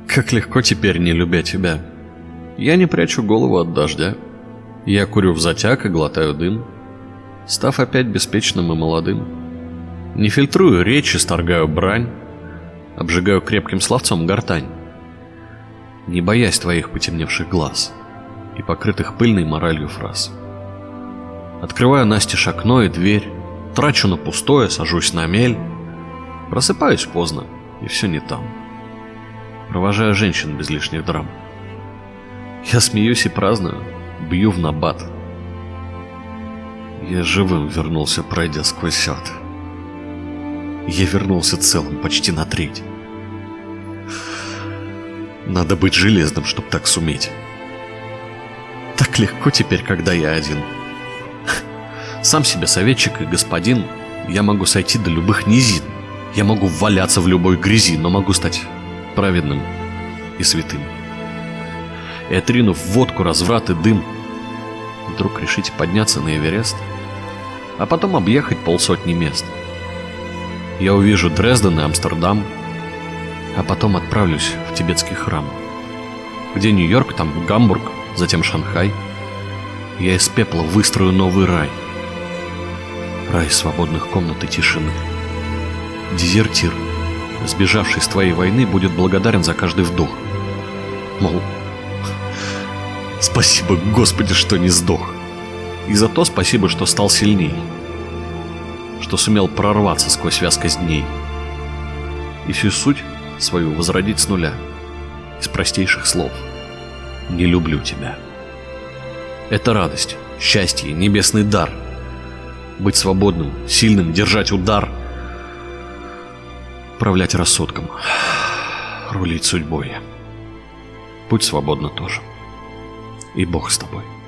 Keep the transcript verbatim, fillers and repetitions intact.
Как легко теперь, не любя тебя. Я не прячу голову от дождя. Я курю в затяг и глотаю дым, став опять беспечным и молодым. Не фильтрую речь и сторгаю брань, обжигаю крепким словцом гортань, не боясь твоих потемневших глаз и покрытых пыльной моралью фраз. Открываю настежь окно и дверь, трачу на пустое, сажусь на мель, просыпаюсь поздно, и все не там. Провожаю женщин без лишних драм. Я смеюсь и праздную, бью в набат. Я живым вернулся, пройдя сквозь ад. Я вернулся целым почти на треть. Надо быть железным, чтоб так суметь. Так легко теперь, когда я один. Сам себе советчик и господин. Я могу сойти до любых низин. Я могу валяться в любой грязи, но могу стать праведным и святым. И отринув водку, разврат и дым, вдруг решите подняться на Эверест, а потом объехать полсотни мест. Я увижу Дрезден и Амстердам, а потом отправлюсь в тибетский храм. Где Нью-Йорк, там Гамбург, затем Шанхай. Я из пепла выстрою новый рай. Рай свободных комнат и тишины. Дезертир, сбежавший с твоей войны, будет благодарен за каждый вдох. Мол, спасибо, Господи, что не сдох. И за то спасибо, что стал сильней, что сумел прорваться сквозь вязкость дней и всю суть свою возродить с нуля, из простейших слов: не люблю тебя. Это радость, счастье, небесный дар. Быть свободным, сильным, держать удар, управлять рассудком, рулить судьбой. Будь свободна тоже. И Бог с тобой.